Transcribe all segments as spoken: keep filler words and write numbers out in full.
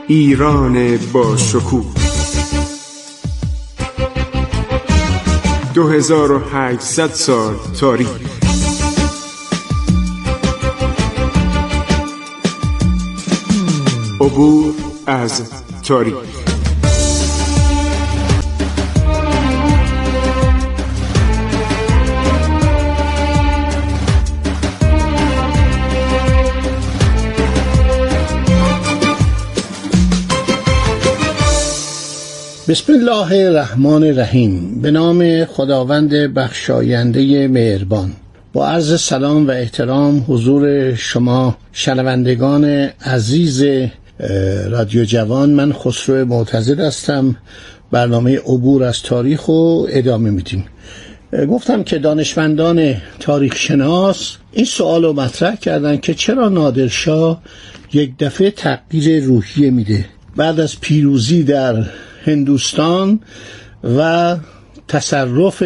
ایران با شکوه دو هزار و هشتصد سال تاریخ. عبور از تاریخ. بسم الله الرحمن الرحیم. به نام خداوند بخشاینده مهربان. با عرض سلام و احترام حضور شما شنوندگان عزیز رادیو جوان، من خسرو معتزد هستم. برنامه عبور از تاریخ رو ادامه میدیم. گفتم که دانشمندان تاریخ شناس این سوال رو مطرح کردن که چرا نادرشاه یک دفعه تغییر روحیه میده بعد از پیروزی در هندوستان و تصرف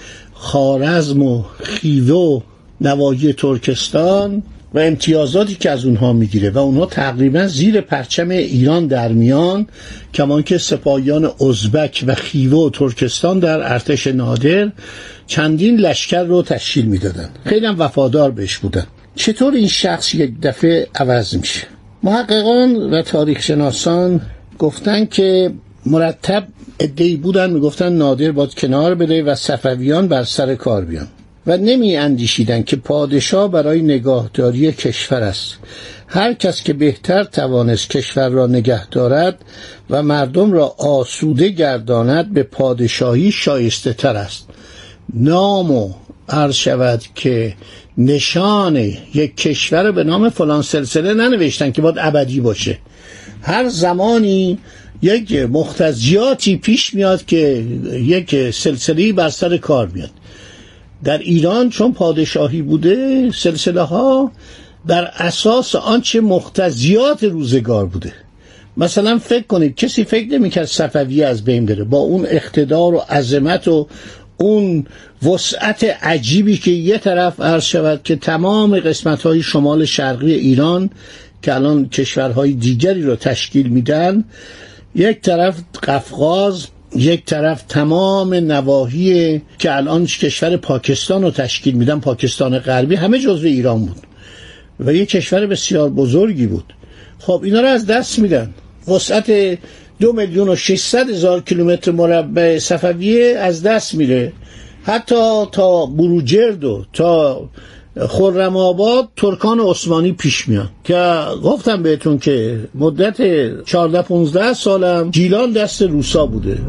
خوارزم و خیوه و نواحی ترکستان و امتیازاتی که از اونها میگیره و اونها تقریبا زیر پرچم ایران در میان، کمان که سپاهیان ازبک و خیوه و ترکستان در ارتش نادر چندین لشکر رو تشکیل میدادن، خیلی هم وفادار بهش بودن. چطور این شخص یک دفعه عوض میشه؟ محققان و تاریخ شناسان گفتن که مرتب ادعی بودن میگفتن نادر باید کنار بده و صفویان بر سر کار بیان و نمی اندیشیدن که پادشاه برای نگاهداری کشور است. هر کس که بهتر توانست کشور را نگه دارد و مردم را آسوده گرداند به پادشاهی شایسته تر است. نام و عرض شود که نشان یک کشور به نام فلان سلسله ننوشتن که باید ابدی باشه. هر زمانی یک مختزیاتی پیش میاد که یک سلسله‌ای بر سر کار میاد. در ایران چون پادشاهی بوده، سلسله ها بر اساس آنچه مختزیات روزگار بوده. مثلا فکر کنید کسی فکر نمی‌کرد صفوی از بین بره با اون اقتدار و عظمت و اون وسعت عجیبی که یه طرف عرض شود که تمام قسمت‌های شمال شرقی ایران که الان کشورهای دیگری رو تشکیل میدن، یک طرف قفقاز، یک طرف تمام نواحی که الان کشور پاکستان رو تشکیل میدن، پاکستان غربی، همه جزو ایران بود و یک کشور بسیار بزرگی بود. خب اینا رو از دست میدن. وسعت دو میلیون و ششصد هزار کیلومتر مربع صفویه از دست میره. حتی تا بروجرد و تا خرم آباد ترکان عثمانی پیش میان که گفتم بهتون که مدت چهارده پانزده سالم گیلان دست روسا بوده.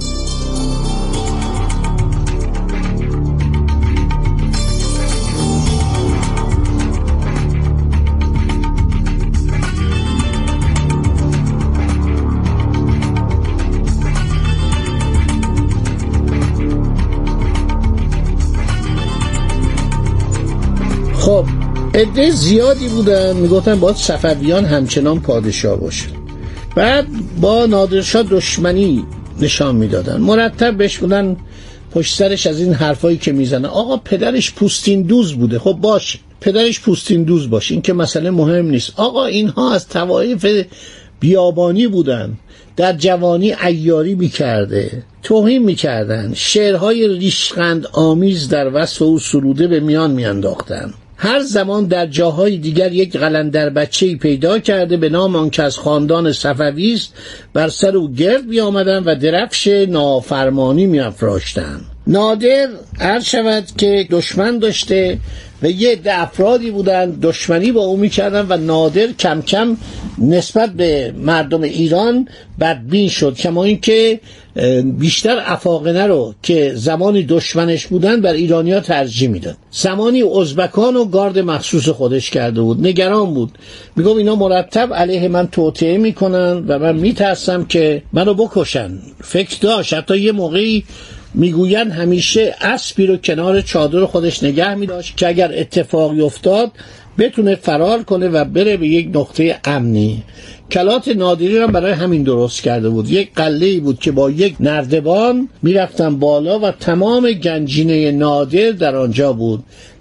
خب عده زیادی بودن میگفتن باید صفویان همچنان پادشاه باشه. بعد با نادرشاه دشمنی نشان میدادن، مرتب بهش بودن پشت سرش از این حرفایی که میزنه آقا پدرش پوستین دوز بوده. خب باشه پدرش پوستین دوز باشه، این که مسئله مهم نیست. آقا اینها از طوایف بیابانی بودن، در جوانی عیاری میکرده، توهین میکردن، شعرهای ریشخند آمیز در وصف او سروده به میان میانداختن. هر زمان در جاهای دیگر یک قلندر بچه‌ای پیدا کرده به نام آن که از خاندان صفوی است، بر سر او گرد می آمدن و درفش نافرمانی می افراشتن. نادر عرض شود که دشمن داشته و یه ده افرادی بودن دشمنی با او میکردن و نادر کم کم نسبت به مردم ایران بدبین شد، کما این که بیشتر افاقنه رو که زمانی دشمنش بودن بر ایرانی‌ها ترجیح میدن. زمانی ازبکان و گارد مخصوص خودش کرده بود، نگران بود، میگم اینا مرتب علیه من توطئه میکنن و من میترسم که منو بکشن. فکر داشت، حتی یه موقعی میگوین همیشه اسبی رو کنار چادر خودش نگه میداشت که اگر اتفاقی افتاد بتونه فرار کنه و بره به یک نقطه امنی. کلات نادری رو برای همین درست کرده بود. یک قله‌ای بود که با یک نردبان میرفتن بالا و تمام گنجینه نادر در آنجا بود.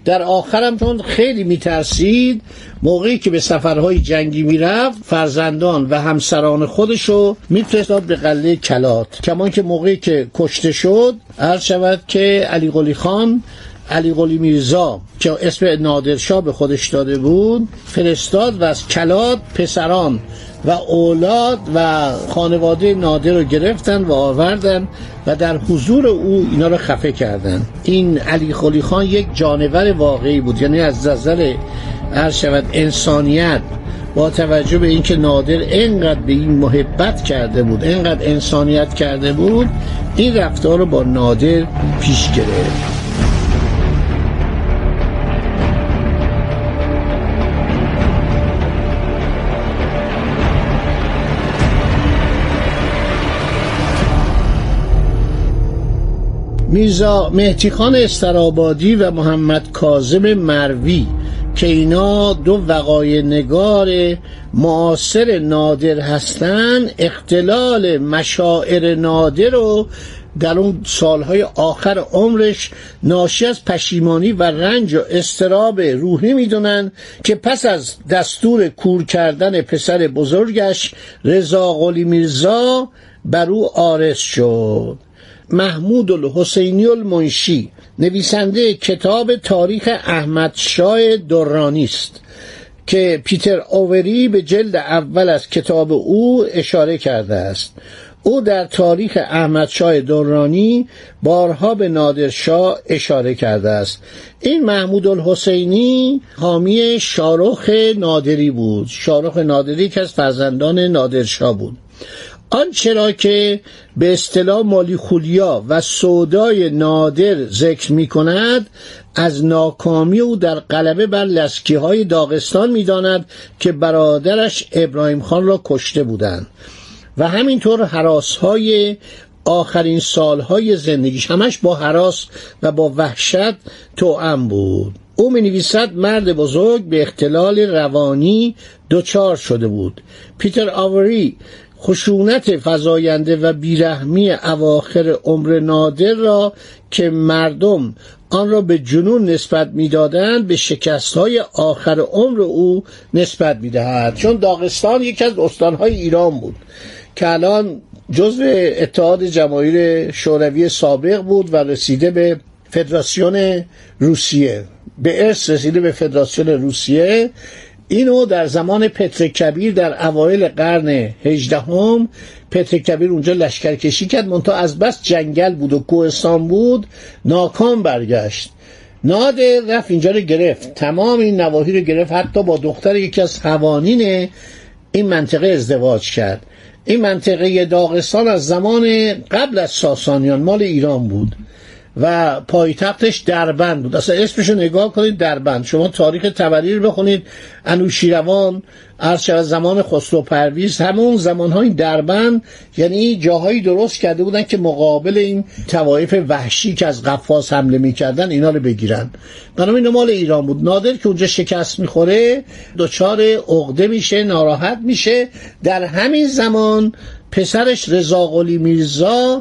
در آخرم چون خیلی میترسید، موقعی که به سفرهای جنگی میرفت فرزندان و همسران خودشو میفرستاد به قلعه کلات، کمان که موقعی که کشته شد عرض شود که علی قلی خان علی قلی میرزا که اسم نادرشاه به خودش داده بود فرستاد و از کلات پسران و اولاد و خانواده نادر رو گرفتن و آوردن و در حضور او اینا رو خفه کردن. این علی قلی خان یک جانور واقعی بود، یعنی از نظر هر شود انسانیت با توجه به اینکه نادر اینقدر به این محبت کرده بود، اینقدر انسانیت کرده بود، این رفتار رو با نادر پیش گرفت. میرزا مهدی خان استرابادی و محمد کاظم مروی که اینا دو وقایع نگار معاصر نادر هستن، اختلال مشاعر نادر رو در اون سالهای آخر عمرش ناشی از پشیمانی و رنج و اضطراب روحی میدونن که پس از دستور کور کردن پسر بزرگش رضا قلی میرزا بر او عارض شد. محمود الحسینی المنشی نویسنده کتاب تاریخ احمد شاه درانی است که پیتر آوری به جلد اول از کتاب او اشاره کرده است. او در تاریخ احمد شاه درانی بارها به نادرشاه اشاره کرده است. این محمود الحسینی حامی شاهرخ نادری بود. شاهرخ نادری که از فرزندان نادرشاه بود. آنچه را که به اصطلاح مالی خولیا و سودای نادر ذکر می کند از ناکامی او در غلبه بر لسکی های داغستان می داند که برادرش ابراهیم خان را کشته بودند و همینطور هراس های آخرین سالهای زندگیش همش با هراس و با وحشت توأم بود. او می نویسد مرد بزرگ به اختلال روانی دچار شده بود. پیتر آوری خشونت فزاینده و بیرحمی اواخر عمر نادر را که مردم آن را به جنون نسبت می‌دادند به شکست‌های آخر عمر او نسبت می‌دهد، چون داغستان یکی از استان‌های ایران بود که الان جزو اتحاد جماهیر شوروی سابق بود و رسیده به فدراسیون روسیه، به ارث رسیده به فدراسیون روسیه. اینو در زمان پتر کبیر در اوایل قرن هجدهم پتر کبیر اونجا لشکرکشی کرد، منتها از بس جنگل بود و کوهستان بود ناکام برگشت. نادر رفت اینجا رو گرفت، تمام این نواحی رو گرفت، حتی با دختر یکی از قوانین این منطقه ازدواج کرد. این منطقه داغستان از زمان قبل از ساسانیان مال ایران بود و پایتختش دربند بود. اصلا اسمشو نگاه کنید، دربند. شما تاریخ طبری رو بخونید، انوشیروان، عرض از زمان خسرو پرویز، همون زمانهای دربند یعنی جاهایی درست کرده بودن که مقابل این طوایف وحشی که از قفاز حمله میکردن اینا رو بگیرن. بنابراین مال ایران بود. نادر که اونجا شکست میخوره دچار عقده میشه، ناراحت میشه. در همین زمان پسرش رضا قلی میرزا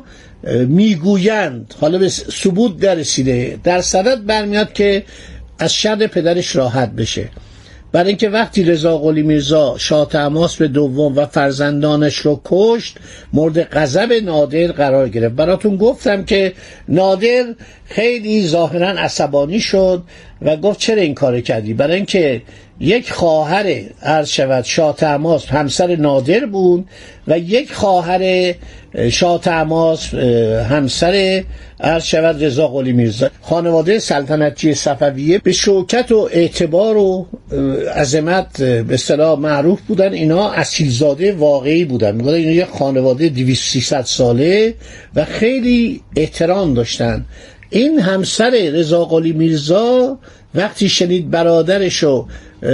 میگویند، حالا به ثبوت دررسیده، در صدد برمیاد که از شر پدرش راحت بشه، برای اینکه وقتی رضا قلی میرزا شاه طهماسب دوم و فرزندانش رو کشت مورد غضب نادر قرار گرفت. براتون گفتم که نادر خیلی ظاهرا عصبانی شد و گفت چرا این کار کردی؟ برای اینکه یک خواهر عرض شود شاه طهماسب همسر نادر بود و یک خواهر شاه طهماسب همسر عرض شود رضا قلی میرزا. خانواده سلطنتی صفویه به شوکت و اعتبار و عظمت به اصطلاح معروف بودن. اینا اصیلزاده واقعی بودن، میگن اینا یک خانواده دویست سیصد ساله و خیلی احترام داشتن. این همسر رضا قلی میرزا وقتی شنید برادرشو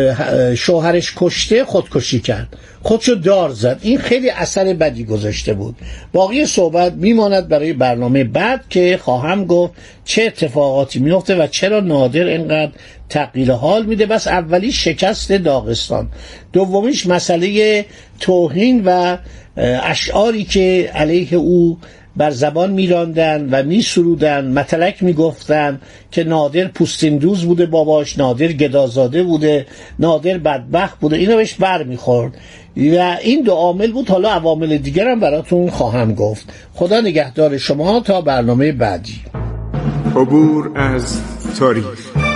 شوهرش کشته خودکشی کرد، خودشو دار زد. این خیلی اثر بدی گذاشته بود. باقی صحبت میماند برای برنامه بعد که خواهم گفت چه اتفاقاتی میفته و چرا نادر اینقدر تغییر حال میده. بس اولی شکست داغستان، دومیش مسئله توهین و اشعاری که علیه او بر زبان میراندن و میسرودن، متلک میگفتن که نادر پوستین دوز بوده باباش، نادر گدازاده بوده، نادر بدبخت بوده. اینا بهش بر میخورد و این دو عامل بود. حالا عوامل دیگر هم براتون خواهم گفت. خدا نگهدار شما تا برنامه بعدی. عبور از تاریخ.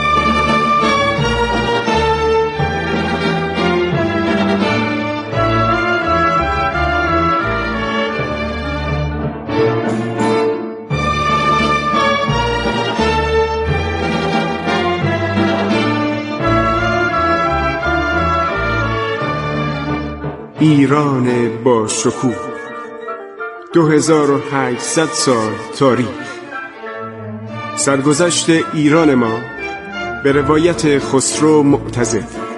ایران با شکوه، دو هزار و هشتصد سال تاریخ. سرگذشت ایران ما به روایت خسرو معتضد.